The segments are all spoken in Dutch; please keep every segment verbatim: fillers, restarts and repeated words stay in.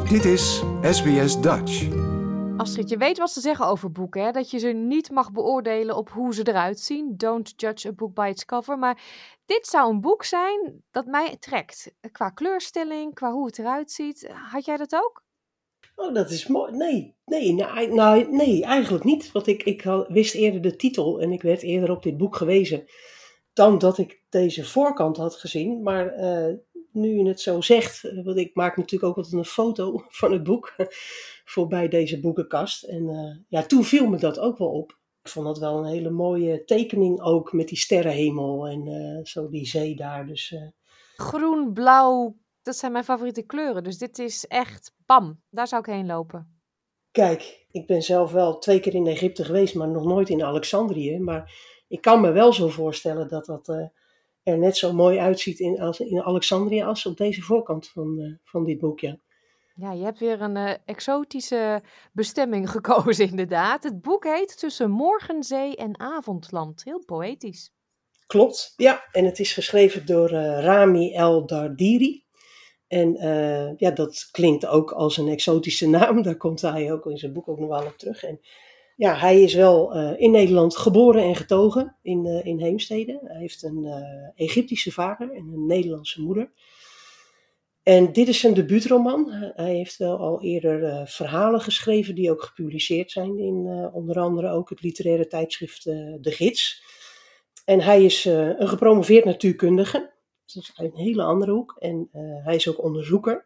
Dit is S B S Dutch. Astrid, je weet wat ze zeggen over boeken, hè? Dat je ze niet mag beoordelen op hoe ze eruit zien. Don't judge a book by its cover. Maar dit zou een boek zijn dat mij trekt. Qua kleurstelling, qua hoe het eruit ziet. Had jij dat ook? Oh, dat is mooi. Nee, nee, nou, nou, nee, eigenlijk niet. Want ik, ik had- wist eerder de titel en ik werd eerder op dit boek gewezen dan dat ik deze voorkant had gezien. Maar eh, nu je het zo zegt, eh, want ik maak natuurlijk ook altijd een foto van het boek voorbij deze boekenkast. En eh, ja, toen viel me dat ook wel op. Ik vond dat wel een hele mooie tekening ook met die sterrenhemel en eh, zo die zee daar. Dus eh, Groen, blauw, dat zijn mijn favoriete kleuren. Dus dit is echt bam. Daar zou ik heen lopen. Kijk, ik ben zelf wel twee keer in Egypte geweest, maar nog nooit in Alexandrië. Maar ik kan me wel zo voorstellen dat dat eh, er net zo mooi uitziet in, als, in Alexandrië als op deze voorkant van, eh, van dit boekje. Ja, je hebt weer een eh, exotische bestemming gekozen, inderdaad. Het boek heet Tussen Morgenzee en Avondland. Heel poëtisch. Klopt, ja. En het is geschreven door eh, Rami El Dardiri. En eh, ja, dat klinkt ook als een exotische naam. Daar komt hij ook in zijn boek ook nog wel op terug. En ja, hij is wel uh, in Nederland geboren en getogen in, uh, in Heemstede. Hij heeft een uh, Egyptische vader en een Nederlandse moeder. En dit is zijn debuutroman. Hij heeft wel al eerder uh, verhalen geschreven die ook gepubliceerd zijn in uh, onder andere ook het literaire tijdschrift uh, De Gids. En hij is uh, een gepromoveerd natuurkundige. Dat is uit een hele andere hoek. En uh, hij is ook onderzoeker.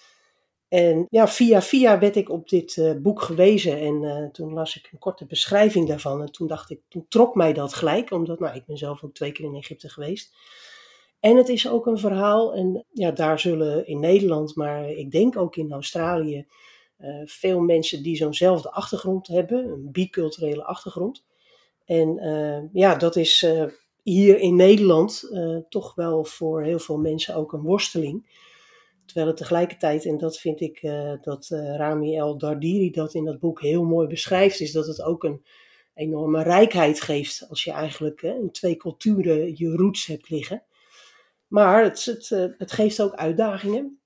En ja, via via werd ik op dit uh, boek gewezen en uh, toen las ik een korte beschrijving daarvan. En toen dacht ik, toen trok mij dat gelijk, omdat nou, ik ben zelf ook twee keer in Egypte geweest. En het is ook een verhaal, en ja, daar zullen in Nederland, maar ik denk ook in Australië, uh, veel mensen die zo'nzelfde achtergrond hebben, een biculturele achtergrond. En uh, ja, dat is uh, hier in Nederland uh, toch wel voor heel veel mensen ook een worsteling. Terwijl het tegelijkertijd, en dat vind ik uh, dat uh, Rami El Dardiri dat in dat boek heel mooi beschrijft, is dat het ook een enorme rijkheid geeft als je eigenlijk uh, in twee culturen je roots hebt liggen. Maar het, het, uh, het geeft ook uitdagingen.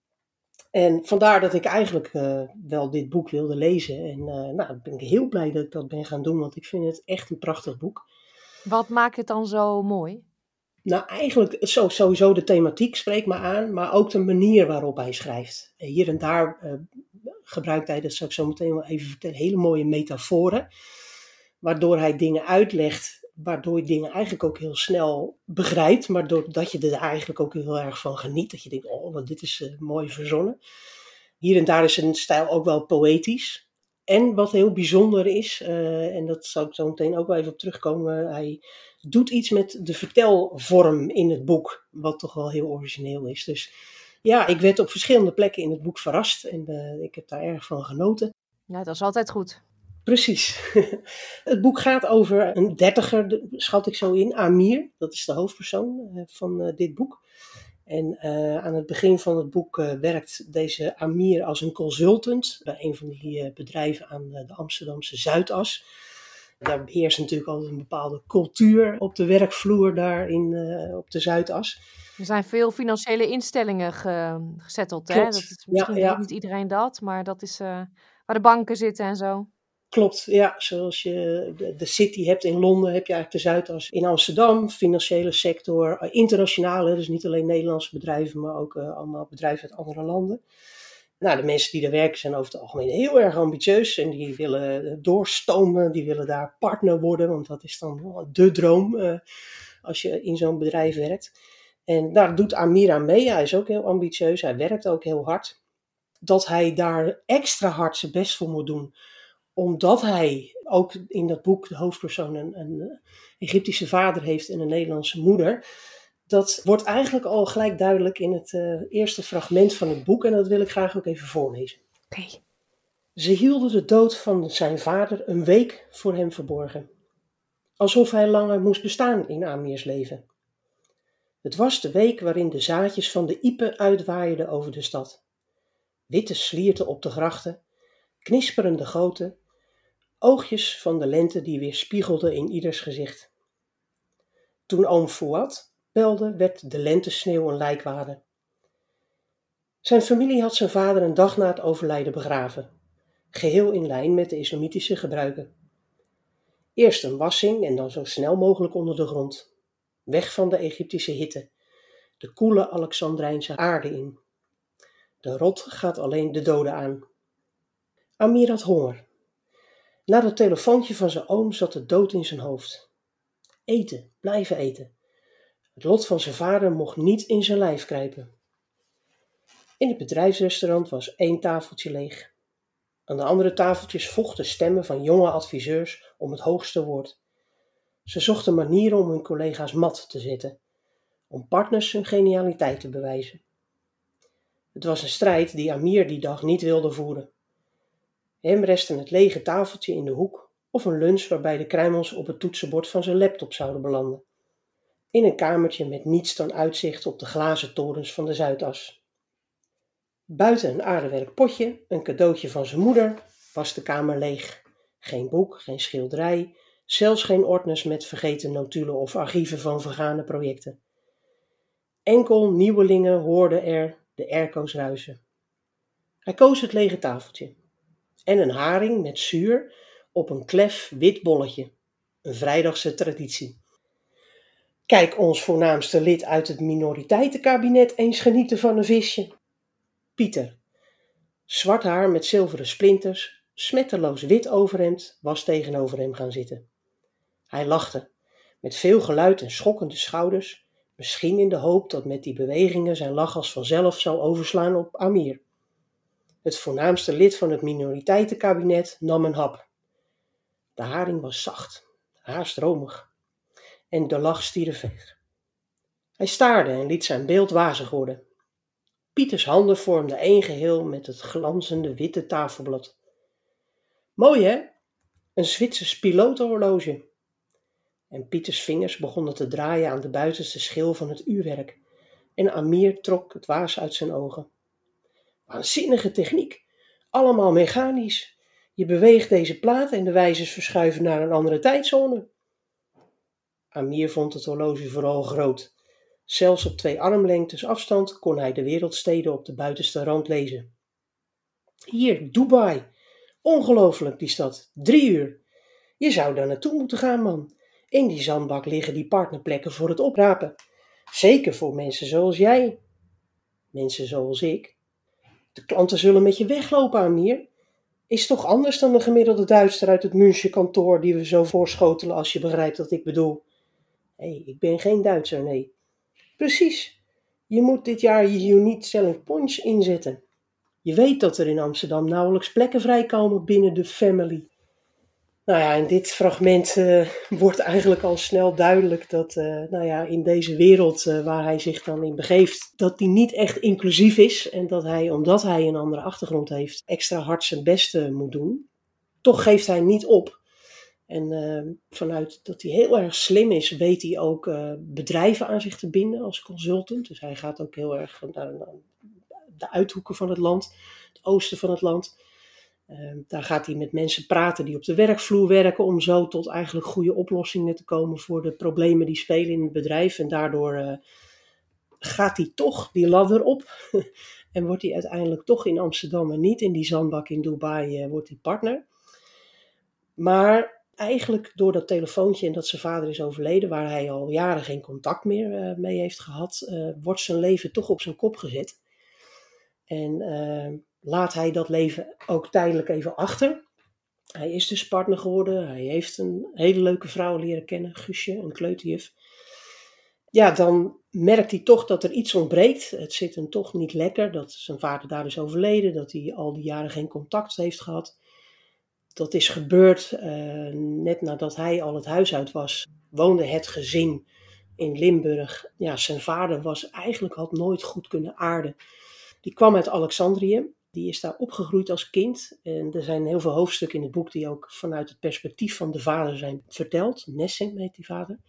En vandaar dat ik eigenlijk uh, wel dit boek wilde lezen. En uh, nou, ben ik heel blij dat ik dat ben gaan doen, want ik vind het echt een prachtig boek. Wat maakt het dan zo mooi? Nou, eigenlijk zo, sowieso de thematiek spreekt me aan, maar ook de manier waarop hij schrijft. Hier en daar uh, gebruikt hij, dat zal ik zo meteen wel even vertellen, hele mooie metaforen. Waardoor hij dingen uitlegt, waardoor je dingen eigenlijk ook heel snel begrijpt. Maar doordat je er eigenlijk ook heel erg van geniet. Dat je denkt, oh, wat dit is uh, mooi verzonnen. Hier en daar is zijn stijl ook wel poëtisch. En wat heel bijzonder is, uh, en dat zal ik zo meteen ook wel even op terugkomen. Hij doet iets met de vertelvorm in het boek, wat toch wel heel origineel is. Dus ja, ik werd op verschillende plekken in het boek verrast en uh, ik heb daar erg van genoten. Ja, dat is altijd goed. Precies. Het boek gaat over een dertiger, schat ik zo in, Amir. Dat is de hoofdpersoon uh, van uh, dit boek. En uh, aan het begin van het boek uh, werkt deze Amir als een consultant bij een van die uh, bedrijven aan uh, de Amsterdamse Zuidas. Daar beheerst natuurlijk altijd een bepaalde cultuur op de werkvloer daar in, uh, op de Zuidas. Er zijn veel financiële instellingen ge- gezetteld. Hè? Dat is, misschien ja, ja. weet niet iedereen dat, maar dat is uh, waar de banken zitten en zo. Klopt, ja. Zoals je de, de City hebt in Londen, heb je eigenlijk de Zuidas in Amsterdam. Financiële sector, uh, internationale, dus niet alleen Nederlandse bedrijven, maar ook uh, allemaal bedrijven uit andere landen. Nou, de mensen die daar werken zijn over het algemeen heel erg ambitieus en die willen doorstomen, die willen daar partner worden, want dat is dan de droom uh, als je in zo'n bedrijf werkt. En daar doet Amir aan mee, hij is ook heel ambitieus, hij werkt ook heel hard. Dat hij daar extra hard zijn best voor moet doen, omdat hij ook in dat boek de hoofdpersoon een, een Egyptische vader heeft en een Nederlandse moeder. Dat wordt eigenlijk al gelijk duidelijk in het uh, eerste fragment van het boek en dat wil ik graag ook even voorlezen. Oké. Okay. Ze hielden de dood van zijn vader een week voor hem verborgen. Alsof hij langer moest bestaan in Amirs leven. Het was de week waarin de zaadjes van de iepen uitwaaiden over de stad. Witte slierten op de grachten, knisperende goten, oogjes van de lente die weer spiegelden in ieders gezicht. Toen oom Fouad belde, werd de lentesneeuw een lijkwade. Zijn familie had zijn vader een dag na het overlijden begraven, geheel in lijn met de islamitische gebruiken. Eerst een wassing en dan zo snel mogelijk onder de grond. Weg van de Egyptische hitte, de koele Alexandrijnse aarde in. De rot gaat alleen de doden aan. Amir had honger. Na dat telefoontje van zijn oom zat de dood in zijn hoofd. Eten, blijven eten. Het lot van zijn vader mocht niet in zijn lijf kruipen. In het bedrijfsrestaurant was één tafeltje leeg. Aan de andere tafeltjes vochten stemmen van jonge adviseurs om het hoogste woord. Ze zochten manieren om hun collega's mat te zetten, om partners hun genialiteit te bewijzen. Het was een strijd die Amir die dag niet wilde voeren. Hem restte het lege tafeltje in de hoek of een lunch waarbij de kruimels op het toetsenbord van zijn laptop zouden belanden. In een kamertje met niets dan uitzicht op de glazen torens van de Zuidas. Buiten een aardewerk potje, een cadeautje van zijn moeder, was de kamer leeg. Geen boek, geen schilderij, zelfs geen ordners met vergeten notulen of archieven van vergane projecten. Enkel nieuwelingen hoorden er de airco's ruisen. Hij koos het lege tafeltje. En een haring met zuur op een klef wit bolletje. Een vrijdagse traditie. Kijk ons voornaamste lid uit het minoriteitenkabinet eens genieten van een visje. Pieter. Zwart haar met zilveren splinters, smetteloos wit overhemd, was tegenover hem gaan zitten. Hij lachte, met veel geluid en schokkende schouders, misschien in de hoop dat met die bewegingen zijn lach als vanzelf zou overslaan op Amir. Het voornaamste lid van het minoriteitenkabinet nam een hap. De haring was zacht, haast romig, en de lach stierf weg. Hij staarde en liet zijn beeld wazig worden. Pieters handen vormden één geheel met het glanzende witte tafelblad. Mooi hè? Een Zwitsers pilotenhorloge. En Pieters vingers begonnen te draaien aan de buitenste schil van het uurwerk. En Amir trok het waas uit zijn ogen. Waanzinnige techniek. Allemaal mechanisch. Je beweegt deze plaat en de wijzers verschuiven naar een andere tijdzone. Amir vond het horloge vooral groot. Zelfs op twee armlengtes afstand kon hij de wereldsteden op de buitenste rand lezen. Hier, Dubai. Ongelooflijk, die stad. Drie uur. Je zou daar naartoe moeten gaan, man. In die zandbak liggen die partnerplekken voor het oprapen. Zeker voor mensen zoals jij. Mensen zoals ik. De klanten zullen met je weglopen, Amir. Is toch anders dan de gemiddelde Duitser uit het München kantoor die we zo voorschotelen als je begrijpt wat ik bedoel. Hé, hey, ik ben geen Duitser, nee. Precies. Je moet dit jaar je unique selling points inzetten. Je weet dat er in Amsterdam nauwelijks plekken vrijkomen binnen de family. Nou ja, in dit fragment uh, wordt eigenlijk al snel duidelijk dat uh, nou ja, in deze wereld uh, waar hij zich dan in begeeft, dat die niet echt inclusief is en dat hij, omdat hij een andere achtergrond heeft, extra hard zijn best uh, moet doen. Toch geeft hij niet op. En uh, vanuit dat hij heel erg slim is, weet hij ook uh, bedrijven aan zich te binden als consultant. Dus hij gaat ook heel erg naar de uithoeken van het land, het oosten van het land. Uh, daar gaat hij met mensen praten die op de werkvloer werken om zo tot eigenlijk goede oplossingen te komen voor de problemen die spelen in het bedrijf. En daardoor uh, gaat hij toch die ladder op en wordt hij uiteindelijk toch in Amsterdam en niet in die zandbak in Dubai uh, wordt hij partner. Maar eigenlijk door dat telefoontje en dat zijn vader is overleden, waar hij al jaren geen contact meer uh, mee heeft gehad, uh, wordt zijn leven toch op zijn kop gezet. En uh, laat hij dat leven ook tijdelijk even achter. Hij is dus partner geworden. Hij heeft een hele leuke vrouw leren kennen, Guusje, een kleuterjuf. Ja, dan merkt hij toch dat er iets ontbreekt. Het zit hem toch niet lekker dat zijn vader daar is overleden, dat hij al die jaren geen contact heeft gehad. Dat is gebeurd uh, net nadat hij al het huis uit was. Woonde het gezin in Limburg. Ja, zijn vader was eigenlijk had nooit goed kunnen aarden. Die kwam uit Alexandrië. Die is daar opgegroeid als kind. En er zijn heel veel hoofdstukken in het boek die ook vanuit het perspectief van de vader zijn verteld. Nessim heet die vader.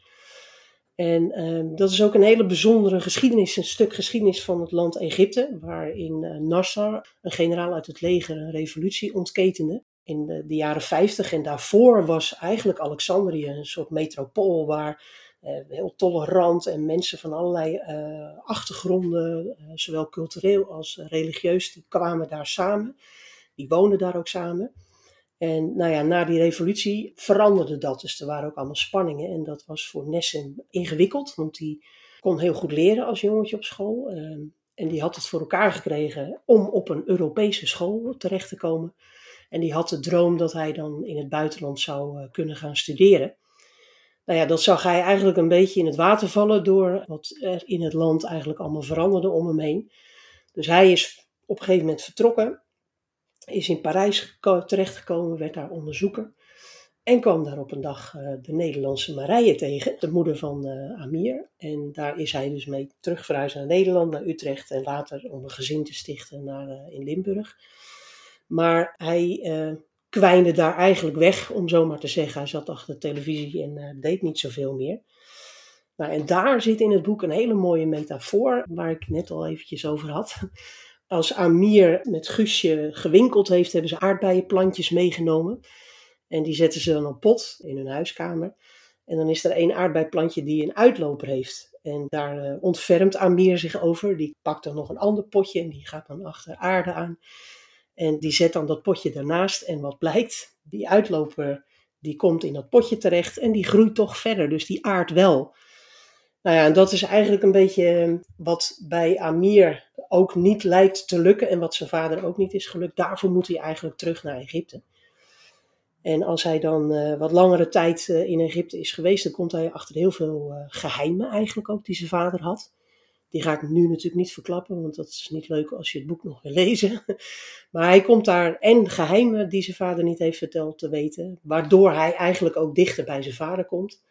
En uh, dat is ook een hele bijzondere geschiedenis, een stuk geschiedenis van het land Egypte, waarin uh, Nasser, een generaal uit het leger, een revolutie ontketende in de, de jaren vijftig. En daarvoor was eigenlijk Alexandrië een soort metropool waar Uh, heel tolerant en mensen van allerlei uh, achtergronden, uh, zowel cultureel als religieus, die kwamen daar samen. Die woonden daar ook samen. En nou ja, na die revolutie veranderde dat. Dus er waren ook allemaal spanningen. En dat was voor Nessim ingewikkeld, want die kon heel goed leren als jongetje op school. Uh, en die had het voor elkaar gekregen om op een Europese school terecht te komen. En die had de droom dat hij dan in het buitenland zou uh, kunnen gaan studeren. Nou ja, dat zag hij eigenlijk een beetje in het water vallen door wat er in het land eigenlijk allemaal veranderde om hem heen. Dus hij is op een gegeven moment vertrokken, is in Parijs geko- terechtgekomen, werd daar onderzoeker. En kwam daar op een dag uh, de Nederlandse Marije tegen, de moeder van uh, Amir. En daar is hij dus mee terugverhuisd naar Nederland, naar Utrecht en later om een gezin te stichten naar, uh, in Limburg. Maar hij uh, kwijnde daar eigenlijk weg, om zo maar te zeggen. Hij zat achter de televisie en uh, deed niet zoveel meer. Nou, en daar zit in het boek een hele mooie metafoor, waar ik net al eventjes over had. Als Amir met Guusje gewinkeld heeft, hebben ze aardbeienplantjes meegenomen. En die zetten ze dan op pot in hun huiskamer. En dan is er één aardbeiplantje die een uitloper heeft. En daar uh, ontfermt Amir zich over. Die pakt dan nog een ander potje en die gaat dan achter aarde aan. En die zet dan dat potje daarnaast. En wat blijkt? Die uitloper die komt in dat potje terecht en die groeit toch verder. Dus die aardt wel. Nou ja, en dat is eigenlijk een beetje wat bij Amir ook niet lijkt te lukken. En wat zijn vader ook niet is gelukt. Daarvoor moet hij eigenlijk terug naar Egypte. En als hij dan uh, wat langere tijd uh, in Egypte is geweest, dan komt hij achter heel veel uh, geheimen eigenlijk ook die zijn vader had. Die ga ik nu natuurlijk niet verklappen, want dat is niet leuk als je het boek nog wil lezen. Maar hij komt daar en geheimen die zijn vader niet heeft verteld te weten, waardoor hij eigenlijk ook dichter bij zijn vader komt.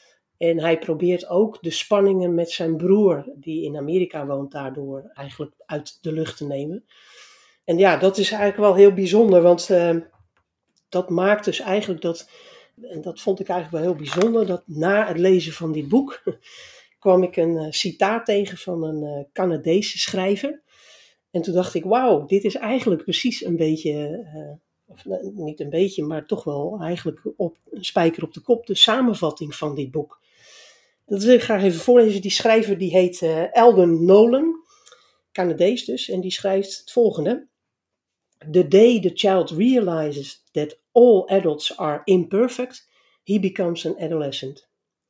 En hij probeert ook de spanningen met zijn broer, die in Amerika woont, daardoor eigenlijk uit de lucht te nemen. En ja, dat is eigenlijk wel heel bijzonder, want uh, dat maakt dus eigenlijk dat, en dat vond ik eigenlijk wel heel bijzonder, dat na het lezen van dit boek kwam ik een uh, citaat tegen van een uh, Canadese schrijver. En toen dacht ik, wauw, dit is eigenlijk precies een beetje, uh, of uh, niet een beetje, maar toch wel eigenlijk op, een spijker op de kop, de samenvatting van dit boek. Dat wil ik graag even voorlezen. Die schrijver die heet uh, Eldon Nolan, Canadees dus, en die schrijft het volgende. The day the child realizes that all adults are imperfect, he becomes an adolescent.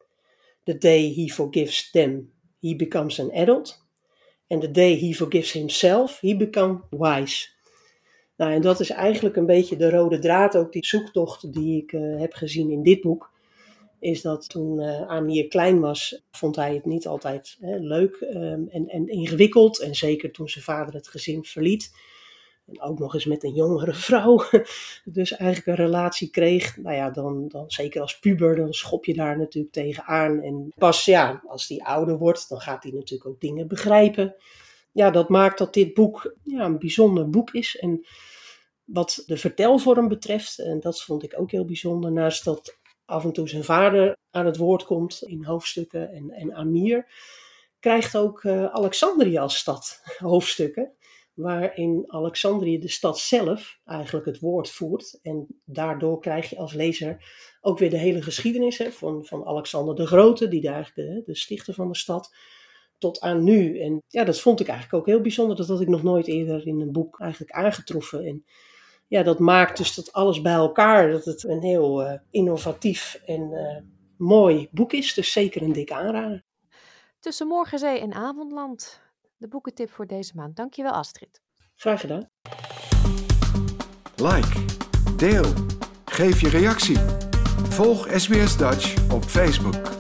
The day he forgives them, he becomes an adult. And the day he forgives himself, he becomes wise. Nou, en dat is eigenlijk een beetje de rode draad, ook die zoektocht die ik uh, heb gezien in dit boek. Is dat toen uh, Amir klein was, vond hij het niet altijd hè, leuk um, en, en ingewikkeld. En zeker toen zijn vader het gezin verliet. En ook nog eens met een jongere vrouw. Dus eigenlijk een relatie kreeg. Nou ja, dan, dan zeker als puber, dan schop je daar natuurlijk tegenaan. En pas ja, als die ouder wordt, dan gaat hij natuurlijk ook dingen begrijpen. Ja, dat maakt dat dit boek ja, een bijzonder boek is. En wat de vertelvorm betreft, en dat vond ik ook heel bijzonder, naast dat af en toe zijn vader aan het woord komt in hoofdstukken en, en Amir, krijgt ook uh, Alexandrië als stad hoofdstukken, waarin Alexandrië de stad zelf eigenlijk het woord voert. En daardoor krijg je als lezer ook weer de hele geschiedenis hè, van, van Alexander de Grote, die daar de, de stichter van de stad, tot aan nu. En ja, dat vond ik eigenlijk ook heel bijzonder. Dat had ik nog nooit eerder in een boek eigenlijk aangetroffen. En ja, dat maakt dus dat alles bij elkaar, dat het een heel uh, innovatief en uh, mooi boek is. Dus zeker een dikke aanrader. Tussen Morgenzee en Avondland. De boekentip voor deze maand. Dankjewel, Astrid. Graag gedaan. Like, deel, geef je reactie. Volg S B S Dutch op Facebook.